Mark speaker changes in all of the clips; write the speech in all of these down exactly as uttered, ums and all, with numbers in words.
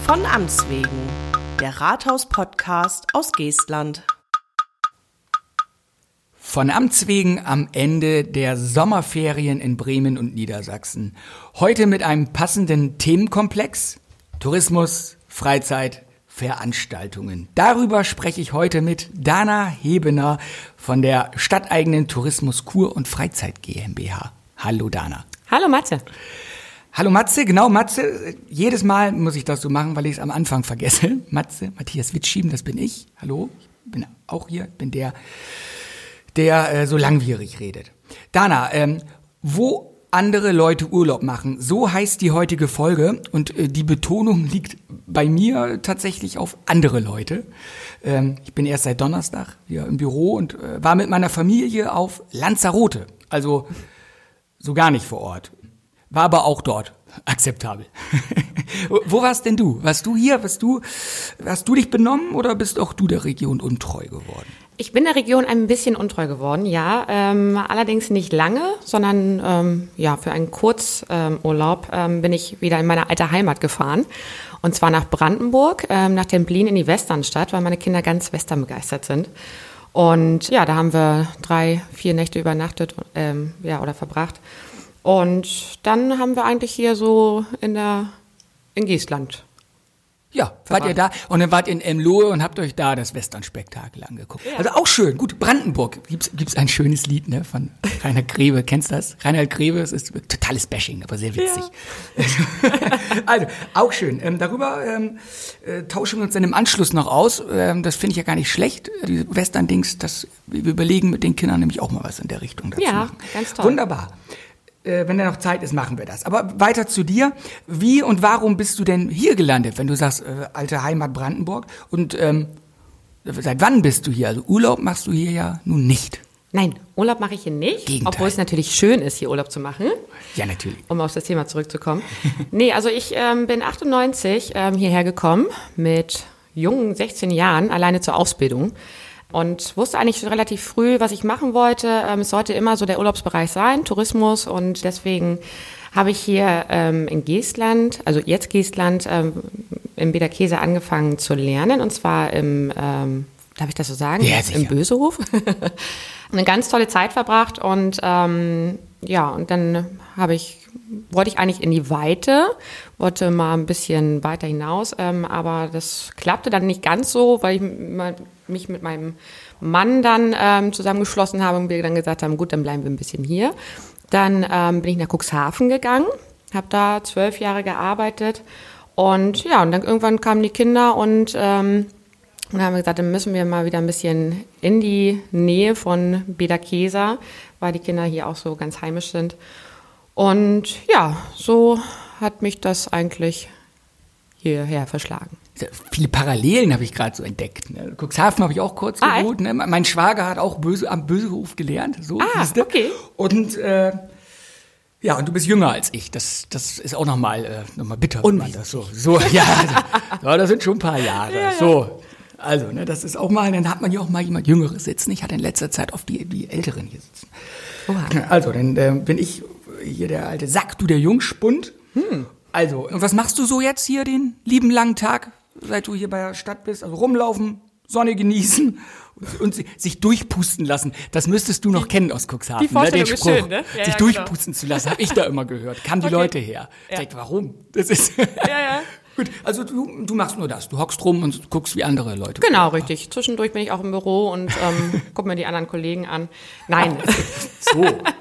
Speaker 1: Von Amts wegen, der Rathaus-Podcast aus Geestland.
Speaker 2: Von Amts wegen am Ende der Sommerferien in Bremen und Niedersachsen. Heute mit einem passenden Themenkomplex: Tourismus, Freizeit, Veranstaltungen. Darüber spreche ich heute mit Dana Hebener von der stadteigenen Tourismus Kur- und Freizeit GmbH. Hallo Dana.
Speaker 3: Hallo Matze.
Speaker 2: Hallo Matze, genau Matze. Jedes Mal muss ich das so machen, weil ich es am Anfang vergesse. Matze, Matthias Wittschieben, das bin ich. Hallo, ich bin auch hier, bin der, der äh, so langwierig redet. Dana, ähm, wo andere Leute Urlaub machen, so heißt die heutige Folge und äh, die Betonung liegt bei mir tatsächlich auf andere Leute. Ähm, ich bin erst seit Donnerstag hier im Büro und äh, war mit meiner Familie auf Lanzarote, also so gar nicht vor Ort. War aber auch dort akzeptabel. Wo warst denn du? Warst du hier? Warst du, hast du dich benommen oder bist auch du der Region untreu geworden?
Speaker 3: Ich bin der Region ein bisschen untreu geworden, ja. Ähm, allerdings nicht lange, sondern ähm, ja für einen Kurzurlaub ähm, bin ich wieder in meine alte Heimat gefahren. Und zwar nach Brandenburg, ähm, nach Templin in die Westernstadt, weil meine Kinder ganz westernbegeistert sind. Und ja, da haben wir drei, vier Nächte übernachtet ähm, ja, oder verbracht. Und dann haben wir eigentlich hier so in der in Geestland.
Speaker 2: Ja, wart ihr da und dann wart ihr in Emlohe und habt euch da das Westernspektakel angeguckt. Ja. Also auch schön. Gut, Brandenburg gibt's gibt's ein schönes Lied, ne, von Reinhard Grebe. Kennst du das? Reinhard Grebe, es ist totales Bashing, aber sehr witzig. Ja. Also auch schön. Ähm, darüber ähm, äh, tauschen wir uns dann im Anschluss noch aus. Ähm, das finde ich ja gar nicht schlecht. Die Western-Dings, das wir überlegen mit den Kindern nämlich auch mal was in der Richtung dazu
Speaker 3: ja,
Speaker 2: machen.
Speaker 3: Ganz toll.
Speaker 2: Wunderbar. Wenn da noch Zeit ist, machen wir das. Aber weiter zu dir. Wie und warum bist du denn hier gelandet, wenn du sagst, äh, alte Heimat Brandenburg? Und ähm, seit wann bist du hier? Also Urlaub machst du hier ja nun nicht.
Speaker 3: Nein, Urlaub mache ich hier nicht,
Speaker 2: Gegenteil.
Speaker 3: Obwohl es natürlich schön ist, hier Urlaub zu machen.
Speaker 2: Ja, natürlich.
Speaker 3: Um auf das Thema zurückzukommen. Nee, also ich ähm, bin achtundneunzig ähm, hierher gekommen mit jungen sechzehn Jahren, alleine zur Ausbildung. Und wusste eigentlich schon relativ früh, was ich machen wollte. Ähm, es sollte immer so der Urlaubsbereich sein, Tourismus. Und deswegen habe ich hier ähm, in Geestland, also jetzt Geestland, ähm, im Bederkese angefangen zu lernen. Und zwar im, ähm, darf ich das so sagen?
Speaker 2: Ja,
Speaker 3: im Bösehof. Eine ganz tolle Zeit verbracht. Und ähm, ja, und dann habe ich, wollte ich eigentlich in die Weite, wollte mal ein bisschen weiter hinaus. Ähm, aber das klappte dann nicht ganz so, weil ich mal mich mit meinem Mann dann ähm, zusammengeschlossen habe und wir dann gesagt haben, gut, dann bleiben wir ein bisschen hier. Dann ähm, bin ich nach Cuxhaven gegangen, habe da zwölf Jahre gearbeitet und ja, und dann irgendwann kamen die Kinder und ähm, dann haben wir gesagt, dann müssen wir mal wieder ein bisschen in die Nähe von Bederkesa, weil die Kinder hier auch so ganz heimisch sind. Und ja, so hat mich das eigentlich hierher verschlagen.
Speaker 2: Viele Parallelen habe ich gerade so entdeckt. Ne? Cuxhaven habe ich auch kurz
Speaker 3: ah,
Speaker 2: gewohnt. Ne? Mein Schwager hat auch Böse, am Bösehof gelernt. So,
Speaker 3: ah,
Speaker 2: siehste.
Speaker 3: Okay.
Speaker 2: Und äh, ja, und du bist jünger als ich. Das, das ist auch nochmal äh, noch mal bitter.
Speaker 3: Unwichtig.
Speaker 2: So, so, ja, also, so, das sind schon ein paar Jahre.
Speaker 3: Ja, ja.
Speaker 2: So, also, ne, das ist auch mal, dann hat man ja auch mal jemand Jüngeres sitzen. Ich hatte in letzter Zeit oft die, die Älteren hier sitzen.
Speaker 3: Oha.
Speaker 2: Also, dann äh, bin ich hier der alte Sack, du der Jungspund.
Speaker 3: Hm.
Speaker 2: Also, und was machst du so jetzt hier den lieben langen Tag, seit du hier bei der Stadt bist? Also rumlaufen, Sonne genießen und, und sich durchpusten lassen. Das müsstest du noch die, kennen aus Cuxhaven.
Speaker 3: Die Vorstellung
Speaker 2: ne? Den
Speaker 3: ist
Speaker 2: Spruch,
Speaker 3: schön, ne? Ja,
Speaker 2: sich
Speaker 3: ja,
Speaker 2: durchpusten genau. zu lassen, habe ich da immer gehört. Kamen die
Speaker 3: okay.
Speaker 2: Leute her.
Speaker 3: Ja.
Speaker 2: Ich dachte, warum? Das ist
Speaker 3: ja, ja.
Speaker 2: Gut, also du, du machst nur das. Du hockst rum und guckst, wie andere Leute
Speaker 3: Genau,
Speaker 2: gucken.
Speaker 3: richtig. Zwischendurch bin ich auch im Büro und ähm, gucke mir die anderen Kollegen an. Nein.
Speaker 2: So.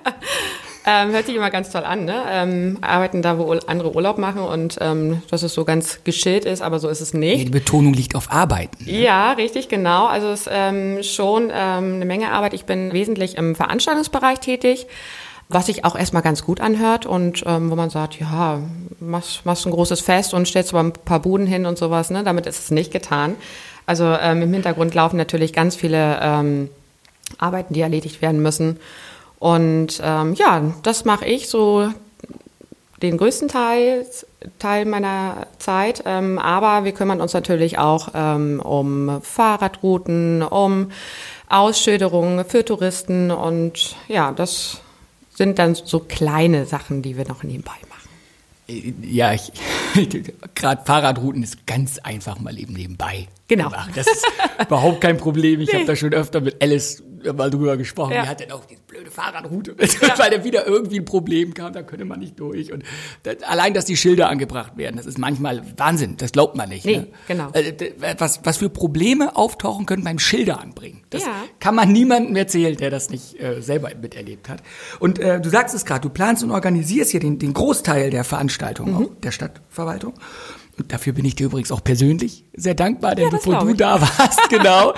Speaker 3: Ähm, hört sich immer ganz toll an, ne? Ähm, arbeiten da, wo andere Urlaub machen und ähm, dass es so ganz geschillt ist, aber so ist es nicht.
Speaker 2: Ja, die Betonung liegt auf Arbeiten. Ne?
Speaker 3: Ja, richtig, genau. Also es ist ähm, schon ähm, eine Menge Arbeit. Ich bin wesentlich im Veranstaltungsbereich tätig, was sich auch erstmal ganz gut anhört und ähm, wo man sagt, ja, machst, machst ein großes Fest und stellst aber ein paar Buden hin und sowas, ne? Damit ist es nicht getan. Also ähm, im Hintergrund laufen natürlich ganz viele ähm, Arbeiten, die erledigt werden müssen. Und ähm, ja, das mache ich so den größten Teil, Teil meiner Zeit. Ähm, aber wir kümmern uns natürlich auch ähm, um Fahrradrouten, um Ausschilderungen für Touristen. Und ja, das sind dann so kleine Sachen, die wir noch nebenbei machen.
Speaker 2: Ja, ich, gerade Fahrradrouten ist ganz einfach mal eben nebenbei.
Speaker 3: Genau.
Speaker 2: Gemacht. Das ist überhaupt kein Problem. Ich nee. habe da schon öfter mit Alice mal drüber gesprochen.
Speaker 3: Ja.
Speaker 2: Die hat dann auch diese blöde Fahrradroute, ja. weil da wieder irgendwie ein Problem kam, da könnte man nicht durch. Und das, allein, dass die Schilder angebracht werden, das ist manchmal Wahnsinn, das glaubt man nicht.
Speaker 3: Nee,
Speaker 2: ne?
Speaker 3: genau.
Speaker 2: Was, was für Probleme auftauchen können beim Schilder anbringen. Das
Speaker 3: ja.
Speaker 2: kann man niemandem erzählen, der das nicht äh, selber miterlebt hat. Und äh, du sagst es gerade, du planst und organisierst hier den, den Großteil der Veranstaltungen mhm. auch, der Stadtverwaltung. Und dafür bin ich dir übrigens auch persönlich sehr dankbar, denn ja, bevor du da warst, genau,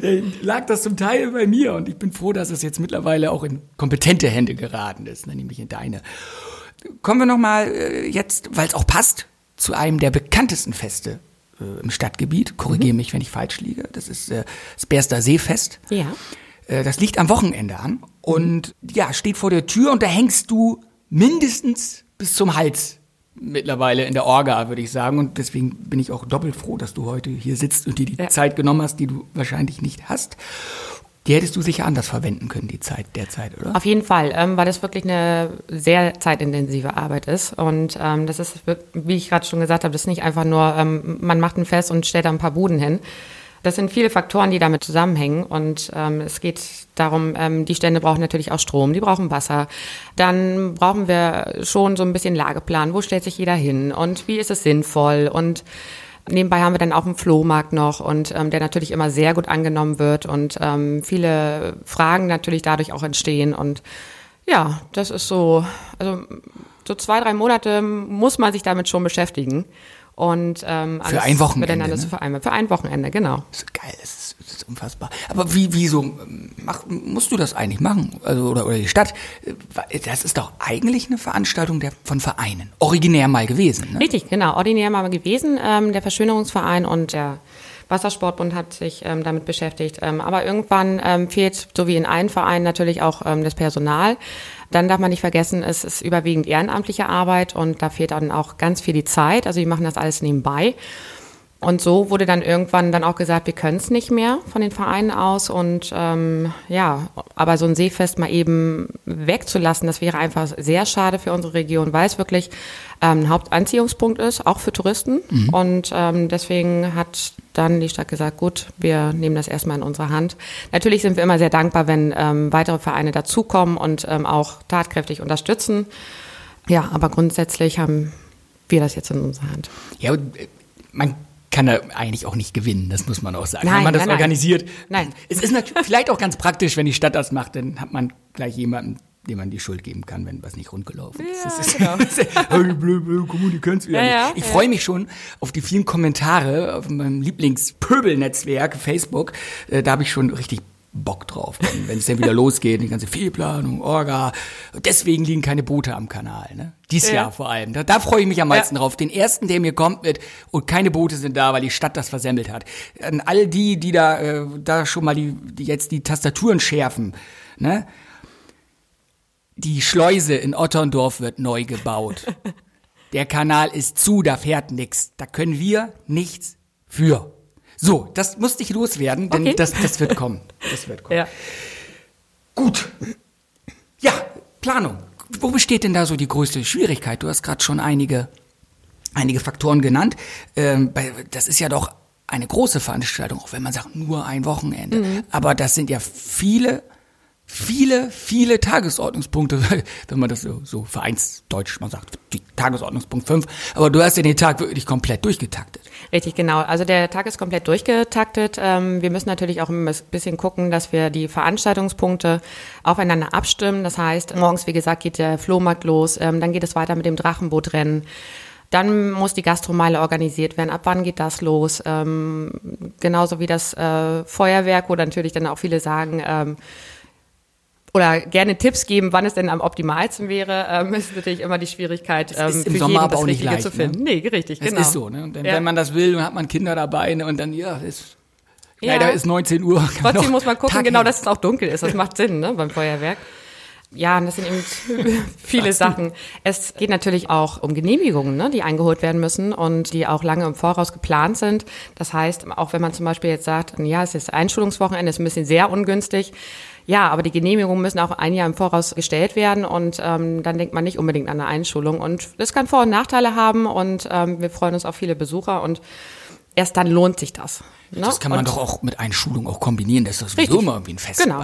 Speaker 2: lag das zum Teil bei mir. Und ich bin froh, dass es jetzt mittlerweile auch in kompetente Hände geraten ist, nämlich in deine. Kommen wir nochmal äh, jetzt, weil es auch passt, zu einem der bekanntesten Feste äh, im Stadtgebiet. Korrigiere mhm. mich, wenn ich falsch liege. Das ist äh, das Berster Seefest.
Speaker 3: Ja.
Speaker 2: Äh, das liegt am Wochenende an und ja, steht vor der Tür und da hängst du mindestens bis zum Hals. Mittlerweile in der Orga, würde ich sagen. Und deswegen bin ich auch doppelt froh, dass du heute hier sitzt und dir die ja. Zeit genommen hast, die du wahrscheinlich nicht hast. Die hättest du sicher anders verwenden können, die Zeit derzeit, oder?
Speaker 3: Auf jeden Fall, ähm, weil das wirklich eine sehr zeitintensive Arbeit ist. Und ähm, das ist, wie ich gerade schon gesagt habe, das ist nicht einfach nur, ähm, man macht ein Fest und stellt da ein paar Buden hin. Das sind viele Faktoren, die damit zusammenhängen und ähm, es geht darum, ähm, die Stände brauchen natürlich auch Strom, die brauchen Wasser. Dann brauchen wir schon so ein bisschen Lageplan, wo stellt sich jeder hin und wie ist es sinnvoll und nebenbei haben wir dann auch einen Flohmarkt noch und ähm, der natürlich immer sehr gut angenommen wird und ähm, viele Fragen natürlich dadurch auch entstehen und ja, das ist so, also so zwei, drei Monate muss man sich damit schon beschäftigen. Und ähm, alles
Speaker 2: für ein Wochenende,
Speaker 3: miteinander
Speaker 2: ne?
Speaker 3: zu vereinbaren. Für ein Wochenende, genau.
Speaker 2: Das ist geil, das ist, das ist unfassbar. Aber wie, wieso mach, musst du das eigentlich machen? Also oder, oder die Stadt? Das ist doch eigentlich eine Veranstaltung der, von Vereinen. Originär mal gewesen, ne?
Speaker 3: Richtig, genau. Originär mal gewesen. Ähm, der Verschönerungsverein und der Wassersportbund hat sich ähm, damit beschäftigt. Ähm, aber irgendwann ähm, fehlt, so wie in allen Vereinen, natürlich auch ähm, das Personal. Dann darf man nicht vergessen, es ist überwiegend ehrenamtliche Arbeit und da fehlt dann auch ganz viel die Zeit. Also die machen das alles nebenbei. Und so wurde dann irgendwann dann auch gesagt, wir können es nicht mehr von den Vereinen aus. Und ähm, ja, aber so ein Seefest mal eben wegzulassen, das wäre einfach sehr schade für unsere Region, weil es wirklich ähm, ein Hauptanziehungspunkt ist, auch für Touristen. Mhm. Und ähm, deswegen hat dann die Stadt gesagt, gut, wir nehmen das erstmal in unsere Hand. Natürlich sind wir immer sehr dankbar, wenn ähm, weitere Vereine dazukommen und ähm, auch tatkräftig unterstützen. Ja, aber grundsätzlich haben wir das jetzt in unserer Hand.
Speaker 2: Ja, man kann er eigentlich auch nicht gewinnen, das muss man auch sagen.
Speaker 3: Nein,
Speaker 2: wenn man das
Speaker 3: nein,
Speaker 2: organisiert.
Speaker 3: Nein.
Speaker 2: Es ist natürlich vielleicht auch ganz praktisch, wenn die Stadt das macht, dann hat man gleich jemanden, dem man die Schuld geben kann, wenn was nicht rundgelaufen ist.
Speaker 3: Ja,
Speaker 2: das ist
Speaker 3: genau.
Speaker 2: hey, blöd, blöd, komm, die kennst du ja,
Speaker 3: ja
Speaker 2: nicht.
Speaker 3: ja,
Speaker 2: ich
Speaker 3: ja.
Speaker 2: freue mich schon auf die vielen Kommentare auf meinem Lieblingspöbelnetzwerk Facebook. Äh, da habe ich schon richtig Bock drauf, wenn es dann wieder losgeht, die ganze Fehlplanung, Orga. Deswegen liegen keine Boote am Kanal, ne? Dies ja. Jahr vor allem. Da, da freue ich mich am meisten ja. drauf. Den ersten, der mir kommt mit und keine Boote sind da, weil die Stadt das versemmelt hat. An all die, die da, äh, da schon mal die, die jetzt die Tastaturen schärfen, ne? Die Schleuse in Otterndorf wird neu gebaut. Der Kanal ist zu, da fährt nix. Da können wir nichts für. So, das musste ich loswerden, denn
Speaker 3: okay.
Speaker 2: das, das wird kommen. Das wird kommen.
Speaker 3: Ja.
Speaker 2: Gut. Ja, Planung. Wo besteht denn da so die größte Schwierigkeit? Du hast gerade schon einige, einige Faktoren genannt. Ähm, das ist ja doch eine große Veranstaltung, auch wenn man sagt, nur ein Wochenende. Mhm. Aber das sind ja viele, viele, viele Tagesordnungspunkte, wenn man das so, so vereinsdeutsch mal sagt, die Tagesordnungspunkt fünf. Aber du hast ja den Tag wirklich komplett durchgetaktet.
Speaker 3: Richtig, genau. Also der Tag ist komplett durchgetaktet. Wir müssen natürlich auch ein bisschen gucken, dass wir die Veranstaltungspunkte aufeinander abstimmen. Das heißt, morgens, wie gesagt, geht der Flohmarkt los, dann geht es weiter mit dem Drachenbootrennen. Dann muss die Gastromeile organisiert werden. Ab wann geht das los? Ähm, genauso wie das äh, Feuerwerk, wo natürlich dann auch viele sagen, ähm, oder gerne Tipps geben, wann es denn am optimalsten wäre, ähm, ist natürlich immer die Schwierigkeit, ähm,
Speaker 2: ist im
Speaker 3: für
Speaker 2: Sommer
Speaker 3: jeden
Speaker 2: aber
Speaker 3: das
Speaker 2: auch nicht
Speaker 3: Richtige
Speaker 2: leicht,
Speaker 3: zu finden.
Speaker 2: Ne?
Speaker 3: Nee, richtig,
Speaker 2: das
Speaker 3: genau.
Speaker 2: Das ist so, ne? Und dann,
Speaker 3: ja.
Speaker 2: wenn man das will, dann hat man Kinder dabei, ne? Und dann, ja, ist,
Speaker 3: ja.
Speaker 2: leider ist neunzehn Uhr.
Speaker 3: Trotzdem muss man gucken,
Speaker 2: Tag
Speaker 3: genau,
Speaker 2: hin.
Speaker 3: dass es auch dunkel ist. Das macht Sinn, ne, beim Feuerwerk. Ja, und das sind eben viele Sachen. Es geht natürlich auch um Genehmigungen, ne, die eingeholt werden müssen und die auch lange im Voraus geplant sind. Das heißt, auch wenn man zum Beispiel jetzt sagt, ja, es ist Einschulungswochenende, ist ein bisschen sehr ungünstig. Ja, aber die Genehmigungen müssen auch ein Jahr im Voraus gestellt werden und ähm, dann denkt man nicht unbedingt an eine Einschulung. Und das kann Vor- und Nachteile haben und ähm, wir freuen uns auf viele Besucher und erst dann lohnt sich das. Ne?
Speaker 2: Das kann man
Speaker 3: und
Speaker 2: doch auch mit Einschulung auch kombinieren, das ist sowieso
Speaker 3: richtig.
Speaker 2: immer irgendwie ein Fest.
Speaker 3: Genau.
Speaker 2: Ne?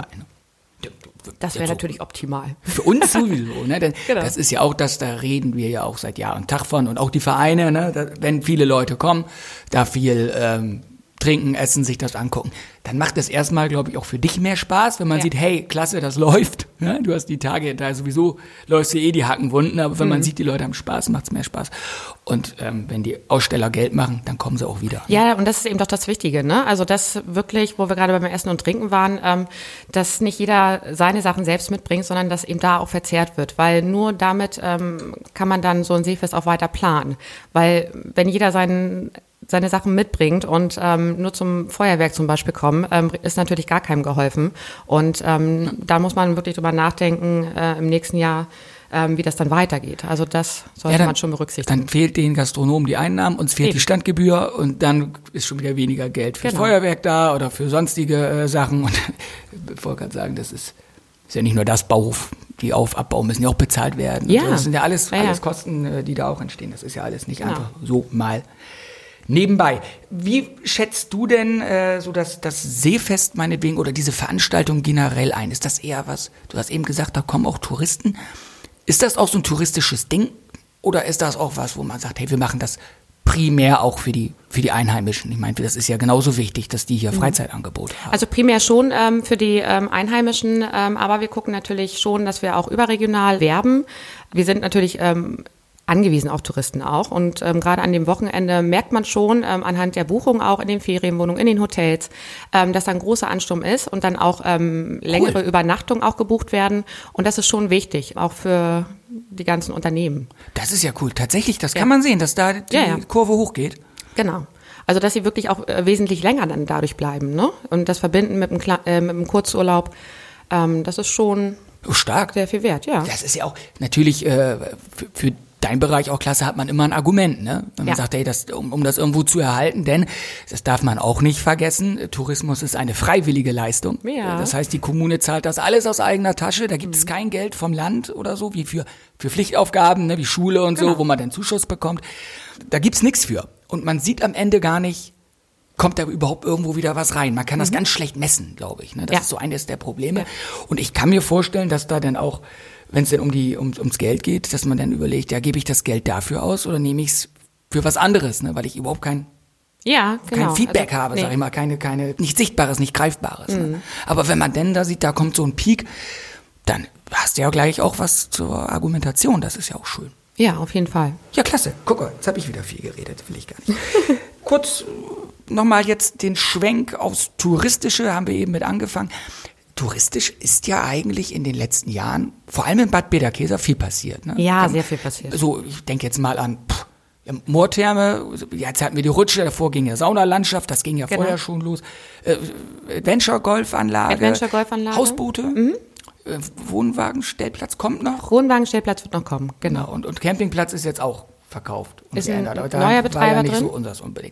Speaker 3: Das wäre
Speaker 2: so,
Speaker 3: natürlich optimal.
Speaker 2: Für uns sowieso, ne? Denn
Speaker 3: Genau.
Speaker 2: das ist ja auch das, da reden wir ja auch seit Jahr und Tag von und auch die Vereine, ne? Da, wenn viele Leute kommen, da viel ähm, trinken, essen, sich das angucken, dann macht es erstmal, glaube ich, auch für dich mehr Spaß, wenn man
Speaker 3: Ja.
Speaker 2: sieht, hey, klasse, das läuft. Ne? Du hast die Tage, da sowieso läufst du eh die Hackenwunden, aber wenn
Speaker 3: Mhm.
Speaker 2: man sieht, die Leute haben Spaß, macht es mehr Spaß. Und ähm, wenn die Aussteller Geld machen, dann kommen sie auch wieder.
Speaker 3: Ja, und das ist eben doch das Wichtige, ne? Also das wirklich, wo wir gerade beim Essen und Trinken waren, ähm, dass nicht jeder seine Sachen selbst mitbringt, sondern dass eben da auch verzehrt wird, weil nur damit ähm, kann man dann so ein Seefest auch weiter planen, weil wenn jeder seinen seine Sachen mitbringt und ähm, nur zum Feuerwerk zum Beispiel kommen, ähm, ist natürlich gar keinem geholfen. Und ähm, da muss man wirklich drüber nachdenken äh, im nächsten Jahr, ähm, wie das dann weitergeht. Also das sollte
Speaker 2: Ja, dann-
Speaker 3: man schon berücksichtigen.
Speaker 2: Dann fehlt den Gastronomen die Einnahmen, uns fehlt
Speaker 3: Eben.
Speaker 2: die Standgebühr und dann ist schon wieder weniger Geld für
Speaker 3: Genau.
Speaker 2: Feuerwerk da oder für sonstige äh, Sachen. Und ich wollte gerade sagen, das ist, ist ja nicht nur das Bauhof, die Auf-, Abbau müssen ja auch bezahlt werden.
Speaker 3: Ja.
Speaker 2: Also das sind ja alles,
Speaker 3: Ja, ja.
Speaker 2: alles Kosten, äh, die da auch entstehen. Das ist ja alles nicht
Speaker 3: Genau.
Speaker 2: einfach so mal nebenbei. Wie schätzt du denn äh, so das, das Seefest meinetwegen oder diese Veranstaltung generell ein? Ist das eher was, du hast eben gesagt, da kommen auch Touristen. Ist das auch so ein touristisches Ding oder ist das auch was, wo man sagt, hey, wir machen das primär auch für die, für die Einheimischen? Ich meine, das ist ja genauso wichtig, dass die hier Freizeitangebote haben.
Speaker 3: Also primär schon ähm, für die ähm, Einheimischen, ähm, aber wir gucken natürlich schon, dass wir auch überregional werben. Wir sind natürlich ähm, angewiesen auf Touristen auch und ähm, gerade an dem Wochenende merkt man schon ähm, anhand der Buchung auch in den Ferienwohnungen, in den Hotels, ähm, dass da ein großer Ansturm ist und dann auch ähm, längere
Speaker 2: Cool.
Speaker 3: Übernachtungen auch gebucht werden und das ist schon wichtig, auch für die ganzen Unternehmen.
Speaker 2: Das ist ja cool. Tatsächlich, das
Speaker 3: Ja.
Speaker 2: kann man sehen, dass da die
Speaker 3: Ja, ja.
Speaker 2: Kurve hochgeht.
Speaker 3: Genau. Also dass sie wirklich auch äh, wesentlich länger dann dadurch bleiben, ne? Und das verbinden mit einem, Kla- äh, mit einem Kurzurlaub, ähm, das ist schon
Speaker 2: Oh, stark.
Speaker 3: sehr viel wert, ja.
Speaker 2: Das ist ja auch natürlich äh, für, für dein Bereich auch klasse, hat man immer ein Argument, ne? Wenn man
Speaker 3: Ja.
Speaker 2: sagt, hey, das, um, um das irgendwo zu erhalten, denn das darf man auch nicht vergessen, Tourismus ist eine freiwillige Leistung.
Speaker 3: Ja.
Speaker 2: Das heißt, die Kommune zahlt das alles aus eigener Tasche, da gibt es kein Geld vom Land oder so, wie für, für Pflichtaufgaben, ne, wie Schule und
Speaker 3: Genau.
Speaker 2: so, wo man den Zuschuss bekommt. Da gibt's nichts für. Und man sieht am Ende gar nicht, kommt da überhaupt irgendwo wieder was rein. Man kann das ganz schlecht messen, glaube ich. Ne? Das
Speaker 3: Ja.
Speaker 2: ist so eines der Probleme. Und ich kann mir vorstellen, dass da dann auch, wenn es denn um die um, ums Geld geht, dass man dann überlegt, ja, gebe ich das Geld dafür aus oder nehme ich es für was anderes, ne? Weil ich überhaupt kein,
Speaker 3: Ja, genau.
Speaker 2: kein Feedback
Speaker 3: Also,
Speaker 2: habe,
Speaker 3: nee.
Speaker 2: sag ich mal, keine, keine, nicht Sichtbares, nicht Greifbares. Ne? Aber wenn man denn da sieht, da kommt so ein Peak, dann hast du ja gleich auch was zur Argumentation. Das ist ja auch schön.
Speaker 3: Ja, auf jeden Fall.
Speaker 2: Ja, klasse. Guck mal, jetzt habe ich wieder viel geredet, will ich gar nicht. Kurz nochmal jetzt den Schwenk aufs Touristische, haben wir eben mit angefangen. Touristisch ist ja eigentlich in den letzten Jahren, vor allem in Bad Bederkesa, viel passiert. Ne?
Speaker 3: Ja,
Speaker 2: Ähm,
Speaker 3: sehr viel passiert.
Speaker 2: So, ich denke jetzt mal an pff, ja, Moortherme, jetzt hatten wir die Rutsche, davor ging ja Saunalandschaft, das ging ja
Speaker 3: Genau.
Speaker 2: vorher schon los. Äh, Adventure-Golfanlage,
Speaker 3: Adventure-Golfanlage.
Speaker 2: Hausboote,
Speaker 3: Mhm.
Speaker 2: äh, Wohnwagenstellplatz kommt noch.
Speaker 3: Wohnwagenstellplatz wird noch kommen, genau.
Speaker 2: Genau, und, und Campingplatz ist jetzt auch verkauft und
Speaker 3: Ist ein
Speaker 2: geändert. Aber da
Speaker 3: neuer
Speaker 2: war ja
Speaker 3: Betreiber
Speaker 2: nicht
Speaker 3: drin.
Speaker 2: so unseres unbedingt.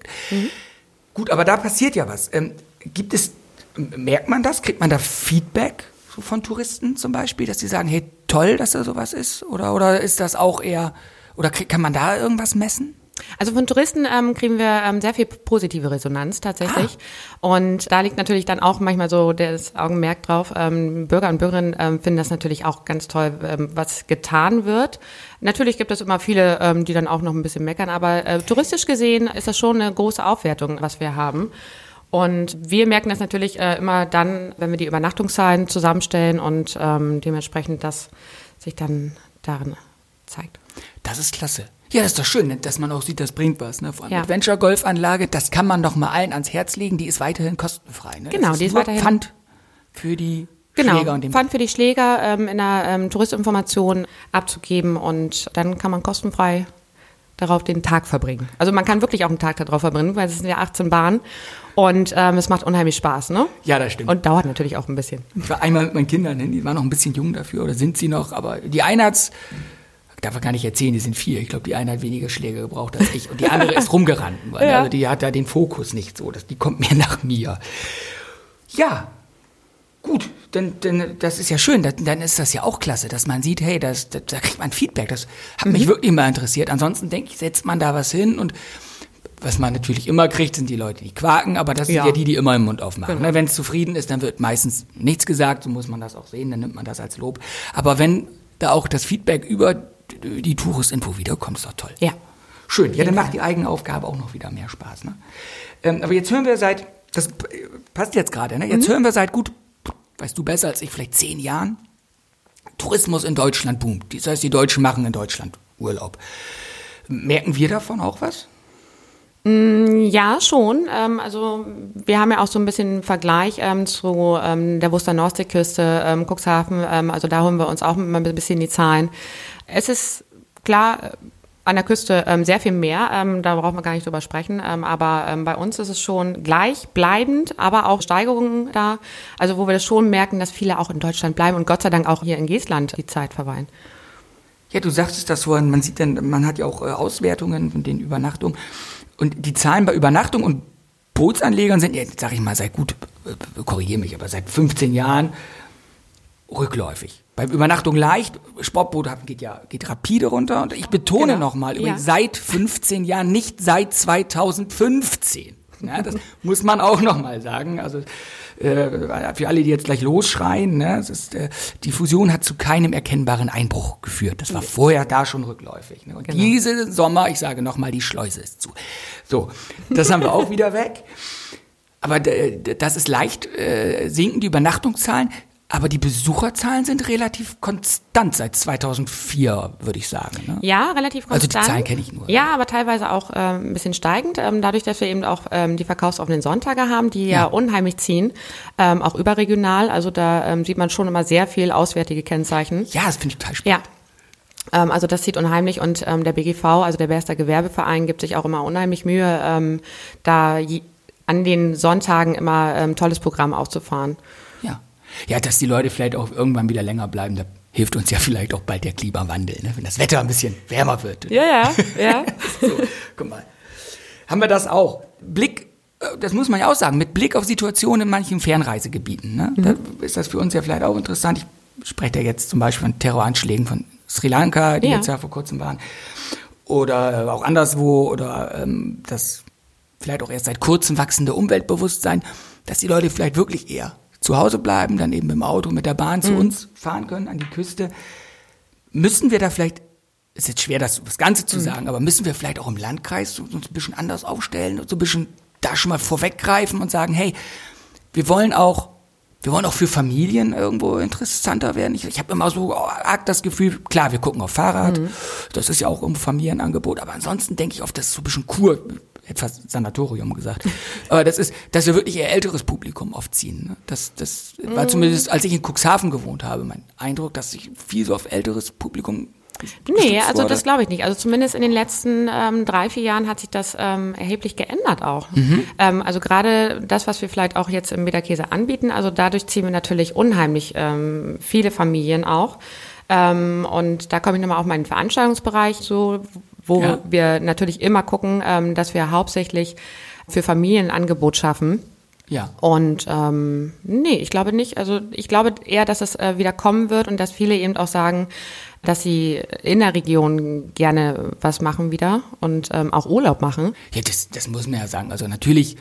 Speaker 2: Gut, aber da passiert ja was. Ähm, gibt es, merkt man das? Kriegt man da Feedback so von Touristen zum Beispiel, dass die sagen, hey, toll, dass da sowas ist? Oder, oder ist das auch eher, oder krieg, kann man da irgendwas messen?
Speaker 3: Also von Touristen ähm, kriegen wir ähm, sehr viel positive Resonanz tatsächlich. Und da liegt natürlich dann auch manchmal so das Augenmerk drauf. Ähm, Bürger und Bürgerinnen ähm, finden das natürlich auch ganz toll, ähm, was getan wird. Natürlich gibt es immer viele, ähm, die dann auch noch ein bisschen meckern, aber äh, touristisch gesehen ist das schon eine große Aufwertung, was wir haben. Und wir merken das natürlich äh, immer dann, wenn wir die Übernachtungszahlen zusammenstellen und ähm, dementsprechend das sich dann darin zeigt.
Speaker 2: Das ist klasse. Ja, das ist doch schön, dass man auch sieht, das bringt was. Ne? Vor allem
Speaker 3: Ja.
Speaker 2: Adventure-Golfanlage, das kann man doch mal allen ans Herz legen, die ist weiterhin kostenfrei. Ne?
Speaker 3: Genau,
Speaker 2: das ist
Speaker 3: die ist
Speaker 2: nur
Speaker 3: weiterhin-
Speaker 2: Pfand für die
Speaker 3: Genau,
Speaker 2: Schläger und den
Speaker 3: Pfand für die Schläger ähm, in der ähm, Touristinformation abzugeben und dann kann man kostenfrei darauf den Tag verbringen. Also man kann wirklich auch einen Tag darauf verbringen, weil es sind ja achtzehn Bahnen und ähm, es macht unheimlich Spaß, ne?
Speaker 2: Ja, das stimmt.
Speaker 3: Und dauert natürlich auch ein bisschen.
Speaker 2: Ich war einmal mit meinen Kindern hin, die waren noch ein bisschen jung dafür, oder sind sie noch, aber die eine hat's, darf ich gar nicht erzählen, die sind vier. Ich glaube, die eine hat weniger Schläge gebraucht als ich und die andere ist rumgerannt. Weil,
Speaker 3: Ja.
Speaker 2: Also die hat da den Fokus nicht so, das, die kommt mehr nach mir. Ja, gut. dann, dann, das ist ja schön, dann, dann ist das ja auch klasse, dass man sieht, hey, das, das, da kriegt man Feedback, das hat mich mhm. wirklich mal interessiert. Ansonsten denke ich, setzt man da was hin und was man natürlich immer kriegt, sind die Leute, die quaken, aber das sind ja, ja die, die immer im Mund aufmachen. Genau. Wenn es zufrieden ist, dann wird meistens nichts gesagt, so muss man das auch sehen, dann nimmt man das als Lob. Aber wenn da auch das Feedback über die Touristinfo wiederkommt, ist doch toll.
Speaker 3: Ja.
Speaker 2: Schön, ja, dann macht die eigene Aufgabe auch noch wieder mehr Spaß. Ne? Ähm, aber jetzt hören wir seit, das passt jetzt gerade, ne? jetzt mhm. hören wir seit gut, weißt du besser als ich, vielleicht zehn Jahren, Tourismus in Deutschland boomt. Das heißt, die Deutschen machen in Deutschland Urlaub. Merken wir davon auch was?
Speaker 3: Ja, schon. Ähm, also wir haben ja auch so ein bisschen einen Vergleich ähm, zu ähm, der Wuster Nordseeküste, ähm, Cuxhaven. Ähm, also da holen wir uns auch mal ein bisschen die Zahlen. Es ist klar an der Küste ähm, sehr viel mehr. Ähm, da brauchen wir gar nicht drüber sprechen. Ähm, aber ähm, bei uns ist es schon gleichbleibend, aber auch Steigerungen da. Also wo wir das schon merken, dass viele auch in Deutschland bleiben und Gott sei Dank auch hier in Geestland die Zeit verweilen.
Speaker 2: Ja, du sagtest das vorhin. Man sieht dann, man hat ja auch äh, Auswertungen von den Übernachtungen. Und die Zahlen bei Übernachtung und Bootsanlegern sind, ja, sag ich mal, seit gut, äh, korrigiere mich, aber seit fünfzehn Jahren rückläufig. Bei Übernachtung leicht, Sportboot geht ja geht rapide runter. Und ich betone genau. nochmal, ja. seit fünfzehn Jahren, nicht seit zweitausendfünfzehn. Ja, das muss man auch nochmal sagen. Also äh, für alle, die jetzt gleich losschreien, ne, es ist, äh, die Fusion hat zu keinem erkennbaren Einbruch geführt. Das war vorher da schon rückläufig. Ne? Und genau. diese Sommer, ich sage nochmal, die Schleuse ist zu. So, das haben wir auch wieder weg. Aber d- das ist leicht, äh, sinken die Übernachtungszahlen. Aber die Besucherzahlen sind relativ konstant seit zweitausendvier, würde ich sagen. Ne?
Speaker 3: Ja, relativ konstant.
Speaker 2: Also die Zahlen kenne ich nur.
Speaker 3: Ja, aber teilweise auch ähm, ein bisschen steigend. Ähm, dadurch, dass wir eben auch ähm, die verkaufsoffenen Sonntage haben, die ja, ja unheimlich ziehen, ähm, auch überregional. Also da ähm, sieht man schon immer sehr viel auswärtige Kennzeichen.
Speaker 2: Ja, das finde ich total spannend.
Speaker 3: Ja. Ähm, also das sieht unheimlich und ähm, der B G V, also der Berster Gewerbeverein, gibt sich auch immer unheimlich Mühe, ähm, da je, an den Sonntagen immer ein ähm, tolles Programm aufzufahren.
Speaker 2: Ja. Ja, dass die Leute vielleicht auch irgendwann wieder länger bleiben, da hilft uns ja vielleicht auch bald der Klimawandel, ne? Wenn das Wetter ein bisschen wärmer wird.
Speaker 3: Ja, ja, ja.
Speaker 2: So, guck mal. Haben wir das auch? Blick, das muss man ja auch sagen, mit Blick auf Situationen in manchen Fernreisegebieten. Ne? Mhm. Da ist das für uns ja vielleicht auch interessant. Ich spreche da jetzt zum Beispiel von Terroranschlägen von Sri Lanka, die ja. jetzt ja vor kurzem waren. Oder auch anderswo. Oder ähm, das vielleicht auch erst seit kurzem wachsende Umweltbewusstsein, dass die Leute vielleicht wirklich eher zu Hause bleiben, dann eben im Auto mit der Bahn zu mhm. uns fahren können, an die Küste. Müssen wir da vielleicht, ist jetzt schwer, das, das Ganze zu mhm. sagen, aber müssen wir vielleicht auch im Landkreis uns ein bisschen anders aufstellen und so ein bisschen da schon mal vorweggreifen und sagen, hey, wir wollen auch, wir wollen auch für Familien irgendwo interessanter werden. Ich, ich habe immer so arg das Gefühl, klar, wir gucken auf Fahrrad, mhm. das ist ja auch ein Familienangebot, aber ansonsten denke ich oft, das ist so ein bisschen Kur, hätte fast Sanatorium gesagt. Aber das ist, dass wir wirklich eher älteres Publikum aufziehen. Ne? Das, das war mm. zumindest, als ich in Cuxhaven gewohnt habe, mein Eindruck, dass sich viel so auf älteres Publikum
Speaker 3: Nee, also wurde. Das glaube ich nicht. Also zumindest in den letzten ähm, drei, vier Jahren hat sich das ähm, erheblich geändert auch. Mhm. Ähm, also gerade das, was wir vielleicht auch jetzt im Beda-Käse anbieten, also dadurch ziehen wir natürlich unheimlich ähm, viele Familien auch. Ähm, und da komme ich nochmal auf meinen Veranstaltungsbereich so, wo ja. wir natürlich immer gucken, ähm, dass wir hauptsächlich für Familien ein Angebot schaffen.
Speaker 2: Ja.
Speaker 3: Und ähm, nee, ich glaube nicht. Also ich glaube eher, dass es äh, wieder kommen wird und dass viele eben auch sagen, dass sie in der Region gerne was machen wieder und ähm, auch Urlaub machen.
Speaker 2: Ja, das, das muss man ja sagen. Also natürlich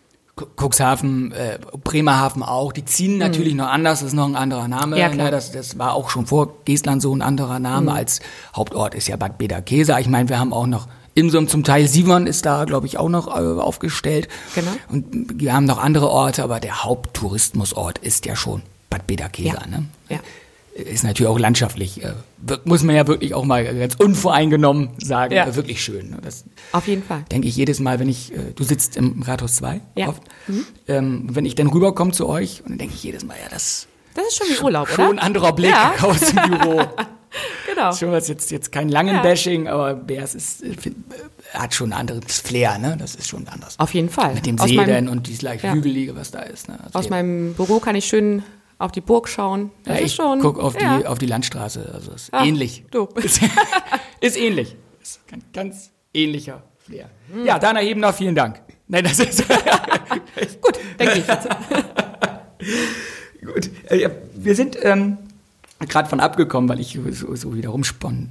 Speaker 2: Cuxhaven, äh, Bremerhaven auch, die ziehen natürlich mhm. noch anders, das ist noch ein anderer Name.
Speaker 3: Ja, klar.
Speaker 2: Das, das war auch schon vor Geestland so ein anderer Name, mhm. als Hauptort ist ja Bad Beda-Käse. Ich meine, wir haben auch noch Imsum zum Teil, Sievern ist da, glaube ich, auch noch äh, aufgestellt.
Speaker 3: Genau.
Speaker 2: Und wir haben noch andere Orte, aber der Haupttourismusort ist ja schon Bad Beda-Käse.
Speaker 3: Ja.
Speaker 2: Ne?
Speaker 3: Ja.
Speaker 2: Ist natürlich auch landschaftlich, äh, muss man ja wirklich auch mal ganz unvoreingenommen sagen,
Speaker 3: ja.
Speaker 2: äh, wirklich schön. Ne? Das
Speaker 3: auf jeden Fall.
Speaker 2: Denke ich jedes Mal, wenn ich, äh, du sitzt im Rathaus zwei
Speaker 3: ja.
Speaker 2: oft,
Speaker 3: mhm.
Speaker 2: ähm, wenn ich dann rüberkomme zu euch, und dann denke ich jedes Mal, ja, das,
Speaker 3: das ist schon wie Urlaub,
Speaker 2: schon
Speaker 3: oder?
Speaker 2: Schon ein anderer Blick
Speaker 3: ja.
Speaker 2: aus dem Büro.
Speaker 3: Genau.
Speaker 2: Schon was jetzt, jetzt kein langen ja. Bashing, aber Bears ist, äh, hat schon ein anderes Flair, ne? Das ist schon anders.
Speaker 3: Auf jeden Fall.
Speaker 2: Mit dem
Speaker 3: aus
Speaker 2: See
Speaker 3: meinem,
Speaker 2: dann und dieses leicht
Speaker 3: ja.
Speaker 2: Hügelige, was da ist. Ne? Also
Speaker 3: aus meinem Büro kann ich schön auf die Burg schauen. Das
Speaker 2: ja,
Speaker 3: ist
Speaker 2: ich
Speaker 3: schon,
Speaker 2: guck auf,
Speaker 3: ja.
Speaker 2: die, auf die Landstraße, also ist
Speaker 3: Ach,
Speaker 2: ähnlich.
Speaker 3: Du.
Speaker 2: Ist, ist ähnlich. Ist ein ganz ähnlicher Flair. Mhm. Ja, Dana Hebener, vielen Dank. Nein, das ist
Speaker 3: gut, dann geht's jetzt.
Speaker 2: Gut, äh, wir sind ähm, gerade von abgekommen, weil ich so, so wieder rumsponnen,